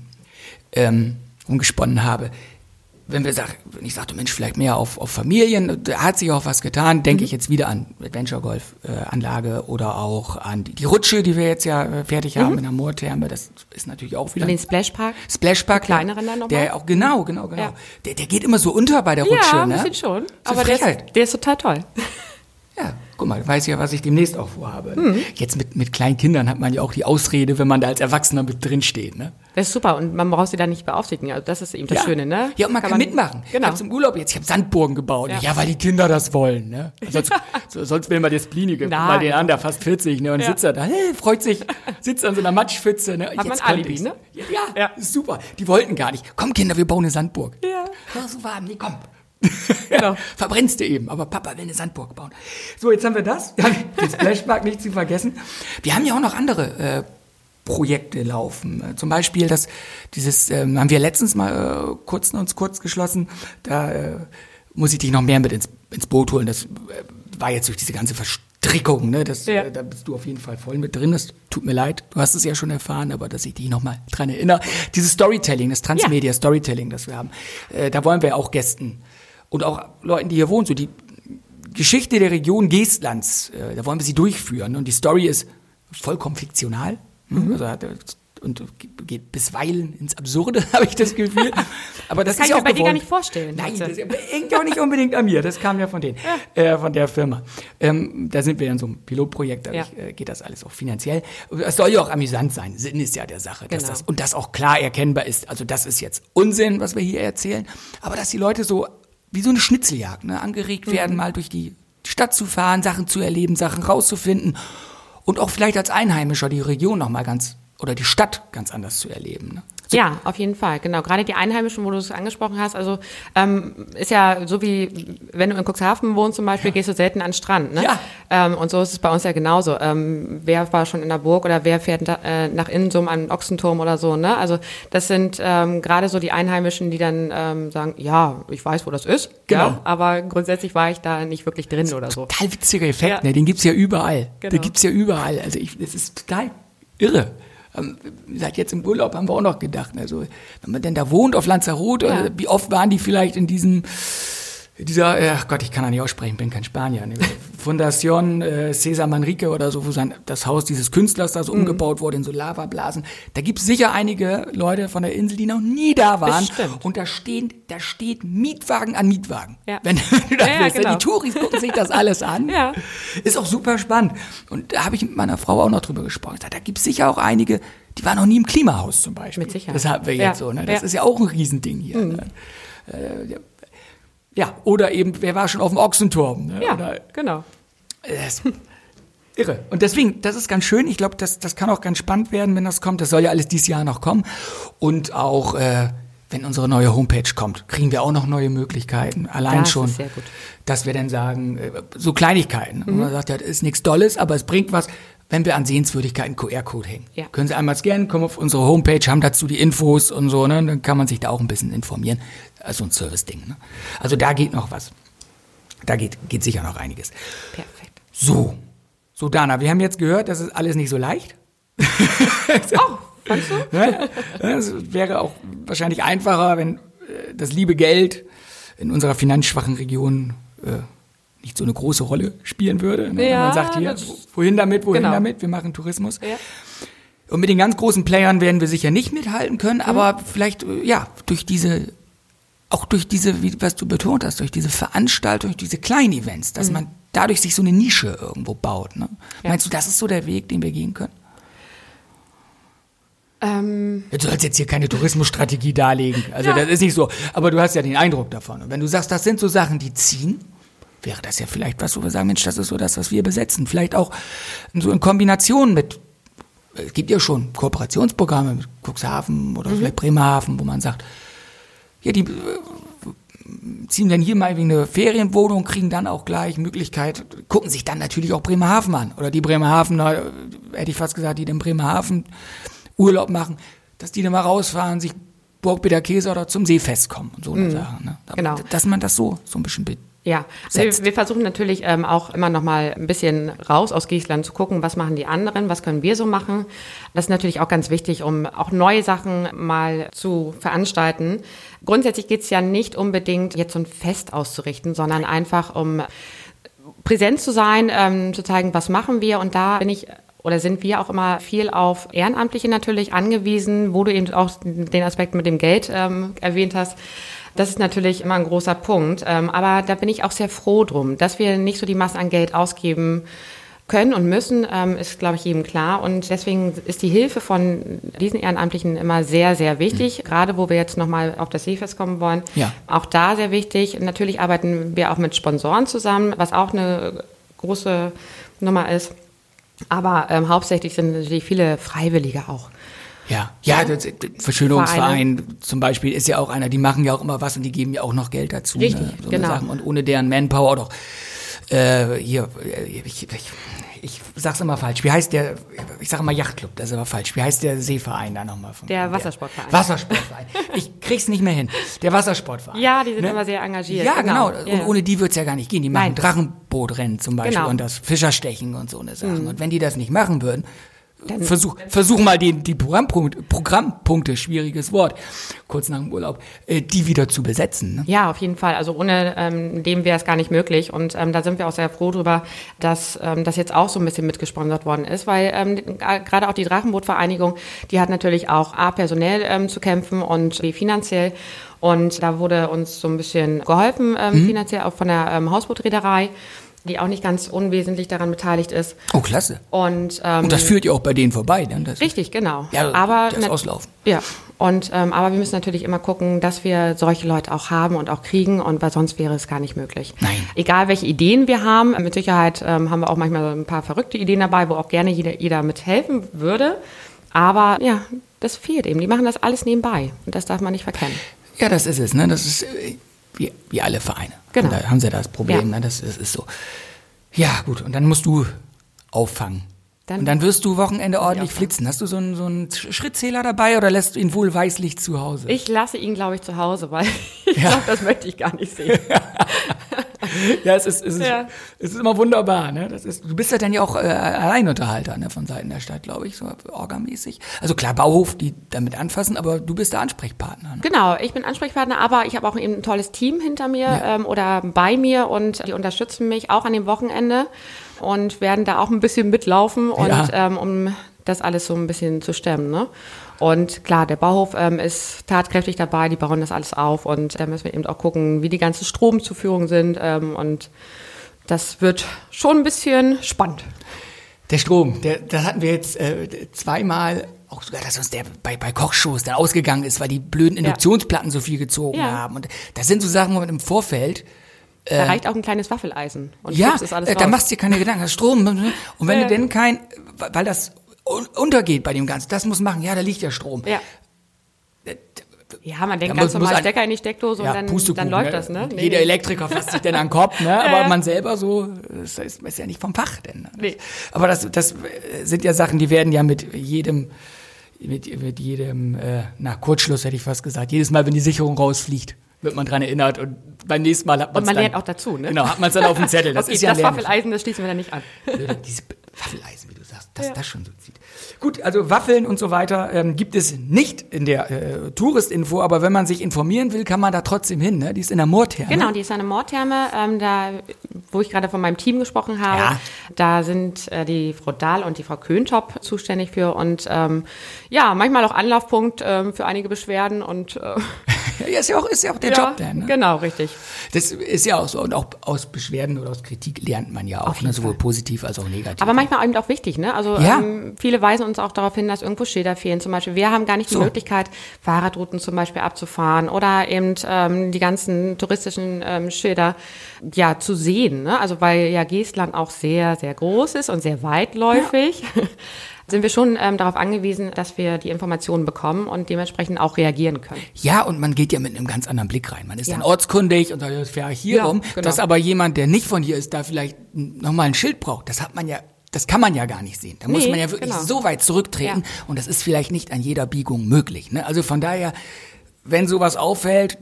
Speaker 2: ähm, rumgesponnen habe. Wenn wir sagen, wenn ich sagte, Mensch, vielleicht mehr auf, auf Familien, da hat sich auch was getan, denke mhm. ich jetzt wieder an Adventure Golf äh, Anlage oder auch an die, die Rutsche, die wir jetzt ja äh, fertig haben mhm. in der Moortherme. Das ist natürlich auch wieder.
Speaker 3: Und den Splashpark?
Speaker 2: Splashpark.
Speaker 3: Kleineren dann nochmal?
Speaker 2: Der auch, genau, genau, genau. Ja. Der, der geht immer so unter bei der Rutsche,
Speaker 3: ja,
Speaker 2: ne?
Speaker 3: Ja, ein bisschen schon.
Speaker 2: So
Speaker 3: aber der ist, der ist total toll.
Speaker 2: Ja, guck mal, weiß ja, was ich demnächst auch vorhabe. Hm. Jetzt mit, mit kleinen Kindern hat man ja auch die Ausrede, wenn man da als Erwachsener mit drin steht, ne?
Speaker 3: Das ist super und man braucht sie da nicht beaufsichtigen. Also das ist eben das
Speaker 2: ja.
Speaker 3: Schöne, ne?
Speaker 2: Ja, und man kann, kann man, mitmachen. Genau. Ich habe im Urlaub jetzt, ich habe Sandburgen gebaut. Ja. ja, weil die Kinder das wollen, ne? Sonst, so, sonst will man das Plinige. Guck mal den an, der fast vierzig, ne? Und ja. sitzt da, hey, freut sich, sitzt an so einer Matschpfütze, ne?
Speaker 3: Hat
Speaker 2: jetzt
Speaker 3: man Alibi, ne?
Speaker 2: Ja, ja, ja, ist super. Die wollten gar nicht. Komm, Kinder, wir bauen eine Sandburg.
Speaker 3: Ja.
Speaker 2: Ja, so warm, nee, komm.
Speaker 3: Genau.
Speaker 2: Verbrennst du eben, aber Papa will eine Sandburg bauen. So, jetzt haben wir das. Den Splashpark nicht zu vergessen. Wir haben ja auch noch andere äh, Projekte laufen. Äh, zum Beispiel das, dieses, ähm, haben wir letztens mal äh, kurz uns kurz geschlossen. Da äh, muss ich dich noch mehr mit ins, ins Boot holen. Das äh, war jetzt durch diese ganze Verstrickung. Ne? Das, ja. äh, da bist du auf jeden Fall voll mit drin. Das tut mir leid. Du hast es ja schon erfahren, aber dass ich dich noch mal dran erinnere. Dieses Storytelling, das Transmedia ja. Storytelling, das wir haben, äh, da wollen wir auch Gästen und auch Leuten, die hier wohnen, so die Geschichte der Region Geestlands, äh, da wollen wir sie durchführen. Und die Story ist vollkommen fiktional. Mhm. Also hat, und geht bisweilen ins Absurde, habe ich das Gefühl. Aber das,
Speaker 3: das kann
Speaker 2: ist
Speaker 3: ich
Speaker 2: ja
Speaker 3: mir
Speaker 2: auch
Speaker 3: bei
Speaker 2: gewohnt.
Speaker 3: dir gar nicht vorstellen.
Speaker 2: Nein, das hängt ja auch nicht unbedingt an mir. Das kam ja von denen, ja. Äh, von der Firma. Ähm, da sind wir in so einem Pilotprojekt, da ja. äh, geht das alles auch finanziell. Es soll ja auch amüsant sein. Sinn ist ja der Sache. Dass
Speaker 3: genau.
Speaker 2: das, und das auch klar erkennbar ist. Also das ist jetzt Unsinn, was wir hier erzählen. Aber dass die Leute so wie so eine Schnitzeljagd, ne, angeregt mhm. werden, mal durch die Stadt zu fahren, Sachen zu erleben, Sachen rauszufinden und auch vielleicht als Einheimischer die Region noch mal ganz oder die Stadt ganz anders zu erleben. Ne? So.
Speaker 3: Ja, auf jeden Fall, genau. Gerade die Einheimischen, wo du es angesprochen hast, also ähm, ist ja so wie, wenn du in Cuxhaven wohnst zum Beispiel, ja. gehst du selten an den Strand. Ne?
Speaker 2: Ja.
Speaker 3: Ähm, und so ist es bei uns ja genauso. Ähm, wer war schon in der Burg oder wer fährt da, äh, nach Insum an den Ochsenturm oder so. Ne? Also das sind ähm, gerade so die Einheimischen, die dann ähm, sagen, ja, ich weiß, wo das ist,
Speaker 2: genau.
Speaker 3: ja, aber grundsätzlich war ich da nicht wirklich drin oder so.
Speaker 2: Total witziger Effekt,
Speaker 3: ja.
Speaker 2: ne? Den gibt's ja überall.
Speaker 3: Genau.
Speaker 2: Den gibt's ja überall. Also ich, das ist total irre. Seit jetzt im Urlaub haben wir auch noch gedacht, also wenn man denn da wohnt auf Lanzarote, ja. wie oft waren die vielleicht in diesem, dieser, ach Gott, ich kann da nicht aussprechen, bin kein Spanier, ne? Fundación äh, César Manrique oder so, wo sein, das Haus dieses Künstlers da so mhm. umgebaut wurde in so Lavablasen. Da gibt es sicher einige Leute von der Insel, die noch nie da waren.
Speaker 3: Bestimmt.
Speaker 2: Und da stehen, da steht Mietwagen an Mietwagen.
Speaker 3: Ja.
Speaker 2: Wenn du da
Speaker 3: ja,
Speaker 2: bist,
Speaker 3: genau.
Speaker 2: Die Touris gucken sich das alles an.
Speaker 3: Ja.
Speaker 2: Ist auch super spannend. Und da habe ich mit meiner Frau auch noch drüber gesprochen. Da gibt es sicher auch einige, die waren noch nie im Klimahaus zum Beispiel.
Speaker 3: Mit Sicherheit.
Speaker 2: Das haben wir jetzt
Speaker 3: ja.
Speaker 2: so. Ne? Das
Speaker 3: ja.
Speaker 2: ist ja auch ein Riesending hier.
Speaker 3: Mhm.
Speaker 2: Ne? Äh, ja, oder eben, wer war schon auf dem Ochsenturm? Ne?
Speaker 3: Ja,
Speaker 2: oder,
Speaker 3: genau.
Speaker 2: Das, irre. Und deswegen, das ist ganz schön. Ich glaube, das, das kann auch ganz spannend werden, wenn das kommt. Das soll ja alles dieses Jahr noch kommen. Und auch, äh, wenn unsere neue Homepage kommt, kriegen wir auch noch neue Möglichkeiten. Allein
Speaker 3: das
Speaker 2: schon,
Speaker 3: ist sehr gut.
Speaker 2: dass wir dann sagen, äh, so Kleinigkeiten. Mhm. Man sagt ja, das ist nichts Dolles, aber es bringt was. Wenn wir an Sehenswürdigkeiten Q R-Code hängen. Ja. Können Sie einmal scannen, kommen auf unsere Homepage, haben dazu die Infos und so, ne? Dann kann man sich da auch ein bisschen informieren. Also ein Service-Ding. Ne? Also da geht noch was. Da geht, geht sicher noch einiges.
Speaker 3: Perfekt.
Speaker 2: So. So, Dana, wir haben jetzt gehört, das ist alles nicht so leicht.
Speaker 3: Oh, fandst du?
Speaker 2: Ne? Es wäre auch wahrscheinlich einfacher, wenn äh, das liebe Geld in unserer finanzschwachen Region äh, nicht so eine große Rolle spielen würde. Ne?
Speaker 3: Ja,
Speaker 2: man sagt hier, wohin damit, wohin
Speaker 3: genau.
Speaker 2: damit, wir machen Tourismus.
Speaker 3: Ja.
Speaker 2: Und mit den ganz großen Playern werden wir sicher nicht mithalten können, mhm. aber vielleicht, ja, durch diese, auch durch diese, wie, was du betont hast, durch diese Veranstaltung, durch diese kleinen Events, dass mhm. man dadurch sich so eine Nische irgendwo baut. Ne? Ja. Meinst du, das ist so der Weg, den wir gehen können?
Speaker 3: Ähm.
Speaker 2: Du sollst jetzt hier keine Tourismusstrategie darlegen, also
Speaker 3: ja.
Speaker 2: das ist nicht so, aber du hast ja den Eindruck davon. Und wenn du sagst, das sind so Sachen, die ziehen, wäre das ja vielleicht was, wo wir sagen, Mensch, das ist so das, was wir besetzen. Vielleicht auch so in Kombination mit, es gibt ja schon Kooperationsprogramme mit Cuxhaven oder mhm. vielleicht Bremerhaven, wo man sagt, ja, die äh, ziehen dann hier mal wie eine Ferienwohnung, kriegen dann auch gleich Möglichkeit, gucken sich dann natürlich auch Bremerhaven an. Oder die Bremerhavener, hätte ich fast gesagt, die in Bremerhaven Urlaub machen, dass die dann mal rausfahren, sich Burg Bederkesa oder zum Seefest kommen und so eine
Speaker 3: mhm.
Speaker 2: Sachen. Ne?
Speaker 3: Genau.
Speaker 2: Dass man das so, so ein bisschen
Speaker 3: Ja, wir, wir versuchen natürlich ähm, auch immer noch mal ein bisschen raus aus Geestland zu gucken, was machen die anderen, was können wir so machen. Das ist natürlich auch ganz wichtig, um auch neue Sachen mal zu veranstalten. Grundsätzlich geht es ja nicht unbedingt, jetzt so ein Fest auszurichten, sondern einfach um präsent zu sein, ähm, zu zeigen, was machen wir. Und da bin ich oder sind wir auch immer viel auf Ehrenamtliche natürlich angewiesen, wo du eben auch den Aspekt mit dem Geld ähm, erwähnt hast. Das ist natürlich immer ein großer Punkt. Ähm, aber da bin ich auch sehr froh drum, dass wir nicht so die Masse an Geld ausgeben können und müssen, ähm, ist, glaube ich, jedem klar. Und deswegen ist die Hilfe von diesen Ehrenamtlichen immer sehr, sehr wichtig. Mhm. Gerade wo wir jetzt nochmal auf das Seefest kommen wollen. Ja. Auch da sehr wichtig. Natürlich arbeiten wir auch mit Sponsoren zusammen, was auch eine große Nummer ist. Aber ähm, hauptsächlich sind natürlich viele Freiwillige auch.
Speaker 2: Ja, ja, das, Verschönerungsverein zum Beispiel ist ja auch einer, die machen ja auch immer was und die geben ja auch noch Geld dazu.
Speaker 3: Richtig,
Speaker 2: ne? So
Speaker 3: genau.
Speaker 2: Sachen. Und ohne deren Manpower auch äh, hier, ich, ich, ich sag's immer falsch, wie heißt der, ich sag immer Yachtclub, das ist aber falsch, wie heißt der Seeverein da nochmal? Von,
Speaker 3: der Wassersportverein.
Speaker 2: Der Wassersportverein, ich krieg's nicht mehr hin, der Wassersportverein.
Speaker 3: Ja, die sind
Speaker 2: ne?
Speaker 3: immer sehr engagiert.
Speaker 2: Ja, genau, genau. Und
Speaker 3: ja.
Speaker 2: ohne die wird's ja gar nicht gehen, die machen
Speaker 3: Nein.
Speaker 2: Drachenbootrennen zum Beispiel
Speaker 3: genau.
Speaker 2: und das Fischerstechen und so eine Sachen.
Speaker 3: Mhm.
Speaker 2: Und wenn die das nicht machen würden, Versuch, versuch mal die, die Programmpunkte, Programmpunkte, schwieriges Wort, kurz nach dem Urlaub, äh, die wieder zu besetzen. Ne?
Speaker 3: Ja, auf jeden Fall. Also ohne ähm, dem wäre es gar nicht möglich. Und ähm, da sind wir auch sehr froh drüber, dass ähm, das jetzt auch so ein bisschen mitgesponsert worden ist, weil ähm, gerade auch die Drachenbootvereinigung, die hat natürlich auch A, personell ähm, zu kämpfen und B, finanziell. Und da wurde uns so ein bisschen geholfen, ähm, mhm. finanziell auch von der ähm, Hausbootreederei, die auch nicht ganz unwesentlich daran beteiligt ist.
Speaker 2: Oh, klasse.
Speaker 3: Und, ähm,
Speaker 2: und das führt ja auch bei denen vorbei. Dann das
Speaker 3: richtig, genau.
Speaker 2: Ja,
Speaker 3: aber
Speaker 2: das Auslaufen.
Speaker 3: Ja, und ähm, aber wir müssen natürlich immer gucken, dass wir solche Leute auch haben und auch kriegen, und weil sonst wäre es gar nicht möglich.
Speaker 2: Nein.
Speaker 3: Egal, welche Ideen wir haben, mit Sicherheit ähm, haben wir auch manchmal so ein paar verrückte Ideen dabei, wo auch gerne jeder, jeder mithelfen würde. Aber ja, das fehlt eben. Die machen das alles nebenbei und das darf man nicht verkennen.
Speaker 2: Ja, das ist es. Ne? Das ist äh, wie, wie alle Vereine.
Speaker 3: Genau.
Speaker 2: Und da haben sie das Problem.
Speaker 3: Ja.
Speaker 2: Ne? Das ist, ist so. Ja, gut. Und dann musst du auffangen.
Speaker 3: Dann
Speaker 2: und dann wirst du Wochenende ordentlich flitzen. Hast du so einen, so einen Schrittzähler dabei oder lässt du ihn wohlweislich zu Hause?
Speaker 3: Ich lasse ihn, glaube ich, zu Hause, weil ich
Speaker 2: ja.
Speaker 3: glaube, das möchte ich gar nicht sehen.
Speaker 2: Ja, es ist, es, ist,
Speaker 3: Ja.
Speaker 2: es ist immer wunderbar. Ne? Das ist, du bist ja dann ja auch äh, Alleinunterhalter, ne, von Seiten der Stadt, glaube ich, so orgamäßig. Also klar, Bauhof, die damit anfassen, aber du bist der Ansprechpartner. Ne?
Speaker 3: Genau, ich bin Ansprechpartner, aber ich habe auch eben ein tolles Team hinter mir
Speaker 2: Ja.
Speaker 3: ähm, oder bei mir, und die unterstützen mich auch an dem Wochenende und werden da auch ein bisschen mitlaufen, und
Speaker 2: Ja.
Speaker 3: ähm, um das alles so ein bisschen zu stemmen. Ne? Und klar, der Bauhof ähm, ist tatkräftig dabei, die bauen das alles auf, und da müssen wir eben auch gucken, wie die ganzen Stromzuführungen sind, ähm, und das wird schon ein bisschen spannend.
Speaker 2: Der Strom, der, das hatten wir jetzt äh, zweimal, auch sogar, dass uns der bei, bei Kochshows dann ausgegangen ist, weil die blöden Induktionsplatten so viel gezogen
Speaker 3: Ja.
Speaker 2: haben. Und das sind so Sachen, wo man im Vorfeld
Speaker 3: Da reicht auch ein kleines Waffeleisen und
Speaker 2: ja,
Speaker 3: schwupps ist alles
Speaker 2: äh,
Speaker 3: raus.
Speaker 2: da machst du dir keine Gedanken, das Strom. Und wenn
Speaker 3: Ja.
Speaker 2: du denn kein, weil das un- untergeht bei dem Ganzen, das muss machen, ja, da liegt ja Strom.
Speaker 3: Ja. Ja, man denkt
Speaker 2: Da
Speaker 3: ganz
Speaker 2: muss-
Speaker 3: normal
Speaker 2: muss ein-
Speaker 3: Stecker in die Steckdose
Speaker 2: Ja,
Speaker 3: und dann,
Speaker 2: Pustekuchen,
Speaker 3: dann läuft
Speaker 2: ne?
Speaker 3: das, ne?
Speaker 2: Und
Speaker 3: Nee,
Speaker 2: Jeder
Speaker 3: nee.
Speaker 2: Elektriker fasst sich dann an den Kopf, ne? Aber
Speaker 3: ja.
Speaker 2: man selber so, das ist, ist ja nicht vom Fach denn. Ne?
Speaker 3: Nee.
Speaker 2: Aber das, das sind ja Sachen, die werden ja mit jedem, mit, mit jedem, äh, na, Kurzschluss hätte ich fast gesagt, jedes Mal, wenn die Sicherung rausfliegt, wird man dran erinnert, und beim nächsten Mal hat man
Speaker 3: Und man
Speaker 2: dann,
Speaker 3: lernt auch dazu, ne?
Speaker 2: Genau, hat man es dann auf dem Zettel. Das
Speaker 3: Okay,
Speaker 2: ist ja
Speaker 3: das
Speaker 2: ein Lernen.
Speaker 3: Waffeleisen, das schließen wir dann nicht an.
Speaker 2: Diese Waffeleisen, wie du sagst, dass
Speaker 3: Ja.
Speaker 2: das schon so zieht. Gut, also Waffeln und so weiter ähm, gibt es nicht in der äh, Touristinfo, aber wenn man sich informieren will, kann man da trotzdem hin, ne? Die ist in der Moortherme.
Speaker 3: Genau, die ist eine Moortherme, ähm, da, wo ich gerade von meinem Team gesprochen habe.
Speaker 2: Ja.
Speaker 3: Da sind äh, die Frau Dahl und die Frau Köntop zuständig für, und ähm, ja, manchmal auch Anlaufpunkt ähm, für einige Beschwerden, und äh,
Speaker 2: Ja, ist ja auch, ist ja auch der
Speaker 3: ja,
Speaker 2: Job dann, ne?
Speaker 3: Genau, richtig.
Speaker 2: Das ist ja auch so, und auch aus Beschwerden oder aus Kritik lernt man ja auch, ne? Sowohl positiv als auch negativ.
Speaker 3: Aber manchmal eben auch wichtig, ne? Also
Speaker 2: Ja.
Speaker 3: ähm, viele weisen uns auch darauf hin, dass irgendwo Schilder fehlen. Zum Beispiel, wir haben gar nicht die
Speaker 2: So.
Speaker 3: Möglichkeit, Fahrradrouten zum Beispiel abzufahren oder eben ähm, die ganzen touristischen ähm, Schilder ja zu sehen, ne? Also weil ja Geestland auch sehr, sehr groß ist und sehr weitläufig. Ja. Sind wir schon ähm, darauf angewiesen, dass wir die Informationen bekommen und dementsprechend auch reagieren können.
Speaker 2: Ja, und man geht ja mit einem ganz anderen Blick rein. Man ist
Speaker 3: Ja.
Speaker 2: dann ortskundig und sagt, das fähre ich hier
Speaker 3: Ja,
Speaker 2: rum.
Speaker 3: genau.
Speaker 2: Dass aber jemand, der nicht von hier ist, da vielleicht nochmal ein Schild braucht, das hat man ja, das kann man ja gar nicht sehen. Da muss
Speaker 3: Nee,
Speaker 2: man ja wirklich
Speaker 3: genau.
Speaker 2: so weit zurücktreten,
Speaker 3: Ja.
Speaker 2: und das ist vielleicht nicht an jeder Biegung möglich. Ne? Also von daher, wenn sowas auffällt, das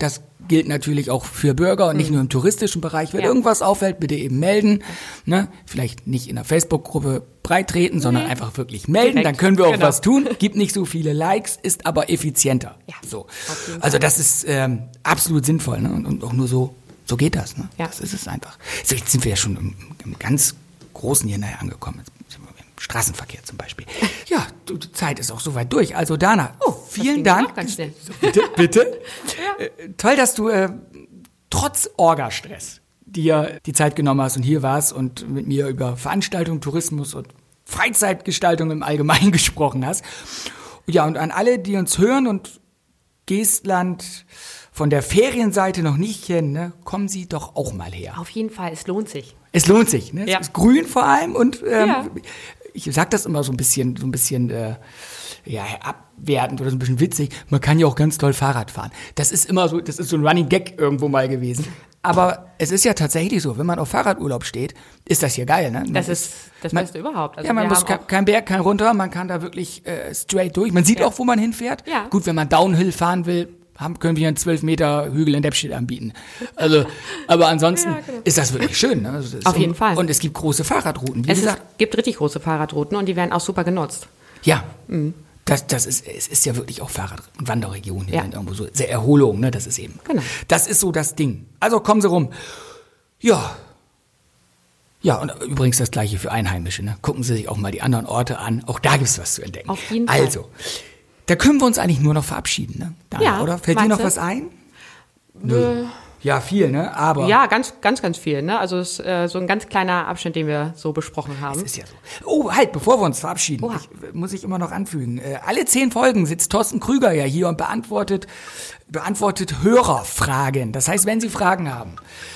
Speaker 2: gilt natürlich auch für Bürger und nicht nur im touristischen Bereich. Wenn
Speaker 3: Ja.
Speaker 2: irgendwas auffällt, bitte eben melden. Ne? Vielleicht nicht in der Facebook-Gruppe breitreten, sondern
Speaker 3: Nee.
Speaker 2: einfach wirklich melden.
Speaker 3: Direkt.
Speaker 2: Dann können wir auch
Speaker 3: Genau.
Speaker 2: was tun. Gibt nicht so viele Likes, ist aber effizienter.
Speaker 3: Ja,
Speaker 2: So.
Speaker 3: auf jeden
Speaker 2: Also das ist ähm, absolut sinnvoll. Ne? Und, und auch nur so, so geht das. Ne?
Speaker 3: Ja.
Speaker 2: Das ist es einfach. So, jetzt sind wir ja schon im, im ganz Großen hier nachher angekommen. Jetzt sind wir im Straßenverkehr zum Beispiel. Ja, du, die Zeit ist auch soweit durch. Also Dana, oh, vielen
Speaker 3: ging
Speaker 2: Dank.
Speaker 3: auch ganz schnell.
Speaker 2: So, bitte, bitte. äh, toll, dass du äh, trotz Orga-Stress dir die Zeit genommen hast und hier warst und mit mir über Veranstaltung, Tourismus und Freizeitgestaltung im Allgemeinen gesprochen hast. Ja, und an alle, die uns hören und Geestland von der Ferienseite noch nicht kennen, ne, kommen Sie doch auch mal her.
Speaker 3: Auf jeden Fall, es lohnt sich.
Speaker 2: Es lohnt sich, ne?
Speaker 3: Ja.
Speaker 2: Es ist grün vor allem und ähm,
Speaker 3: Ja.
Speaker 2: ich sag das immer so ein bisschen, so ein bisschen äh, ja, abwertend oder so ein bisschen witzig. Man kann ja auch ganz toll Fahrrad fahren. Das ist immer so, das ist so ein Running Gag irgendwo mal gewesen. Aber es ist ja tatsächlich so, wenn man auf Fahrradurlaub steht, ist das hier geil, ne? Man
Speaker 3: Das ist das
Speaker 2: man-
Speaker 3: Beste überhaupt. Also
Speaker 2: ja, man
Speaker 3: wir
Speaker 2: muss
Speaker 3: haben
Speaker 2: kein,
Speaker 3: auch-
Speaker 2: kein Berg, kein runter, man kann da wirklich äh, straight durch. Man sieht
Speaker 3: Ja.
Speaker 2: auch, wo man hinfährt.
Speaker 3: Ja.
Speaker 2: Gut, wenn man Downhill fahren will, haben, können wir einen zwölf Meter Hügel in Deppstedt anbieten. Also, aber ansonsten
Speaker 3: Ja, genau.
Speaker 2: ist das wirklich schön. Ne? Also das ist
Speaker 3: Auf
Speaker 2: und,
Speaker 3: jeden Fall.
Speaker 2: Und es gibt große Fahrradrouten. Wie
Speaker 3: Es ist,
Speaker 2: gesagt,
Speaker 3: gibt richtig große Fahrradrouten und die werden auch super genutzt.
Speaker 2: ja, das, das ist, es ist ja wirklich auch Fahrrad- und Wanderregion hier
Speaker 3: Ja.
Speaker 2: sind irgendwo so. Sehr Erholung, ne? Das ist eben.
Speaker 3: Genau.
Speaker 2: Das ist so das Ding. Also kommen Sie rum. Ja. Ja, und übrigens das Gleiche für Einheimische. Ne? Gucken Sie sich auch mal die anderen Orte an. Auch da gibt's was zu entdecken.
Speaker 3: Auf jeden Fall.
Speaker 2: Also, da können wir uns eigentlich nur noch verabschieden, ne? Dana,
Speaker 3: Ja,
Speaker 2: oder? Fällt dir noch
Speaker 3: meinst
Speaker 2: was
Speaker 3: du?
Speaker 2: ein? Nö. Ja, viel, ne? Aber
Speaker 3: Ja, ganz, ganz, ganz viel. Ne? Also es ist äh, so ein ganz kleiner Abschnitt, den wir so besprochen haben.
Speaker 2: ist ja so. Oh, halt, bevor wir uns verabschieden,
Speaker 3: Oha.
Speaker 2: ich, muss ich immer noch anfügen. Äh, alle zehn Folgen sitzt Thorsten Krüger ja hier und beantwortet, beantwortet Hörerfragen. Das heißt, wenn Sie Fragen haben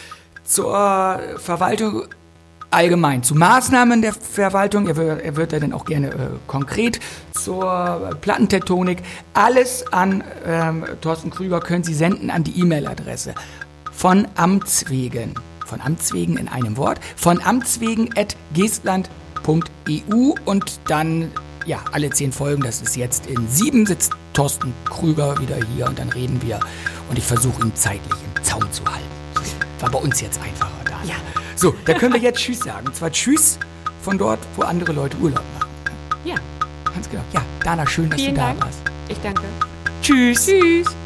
Speaker 2: zur Verwaltung allgemein, zu Maßnahmen der Verwaltung, er wird, er wird da dann auch gerne äh, konkret zur Plattentektonik, alles an ähm, Thorsten Krüger können Sie senden an die E-Mail-Adresse von Amts wegen, von Amts wegen in einem Wort, von Amts wegen at geestland punkt e u und dann, ja, alle zehn Folgen, das ist jetzt in sieben, sitzt Thorsten Krüger wieder hier und dann reden wir und ich versuche ihn zeitlich im Zaum zu halten. Das war bei uns jetzt einfacher da.
Speaker 3: Ja.
Speaker 2: So, da können wir jetzt Tschüss sagen. Und zwar Tschüss von dort, wo andere Leute Urlaub machen.
Speaker 3: Ja,
Speaker 2: Ganz genau. Ja, Dana, schön, dass
Speaker 3: vielen
Speaker 2: du da
Speaker 3: Dank.
Speaker 2: warst.
Speaker 3: Ich danke.
Speaker 2: Tschüss.
Speaker 3: Tschüss.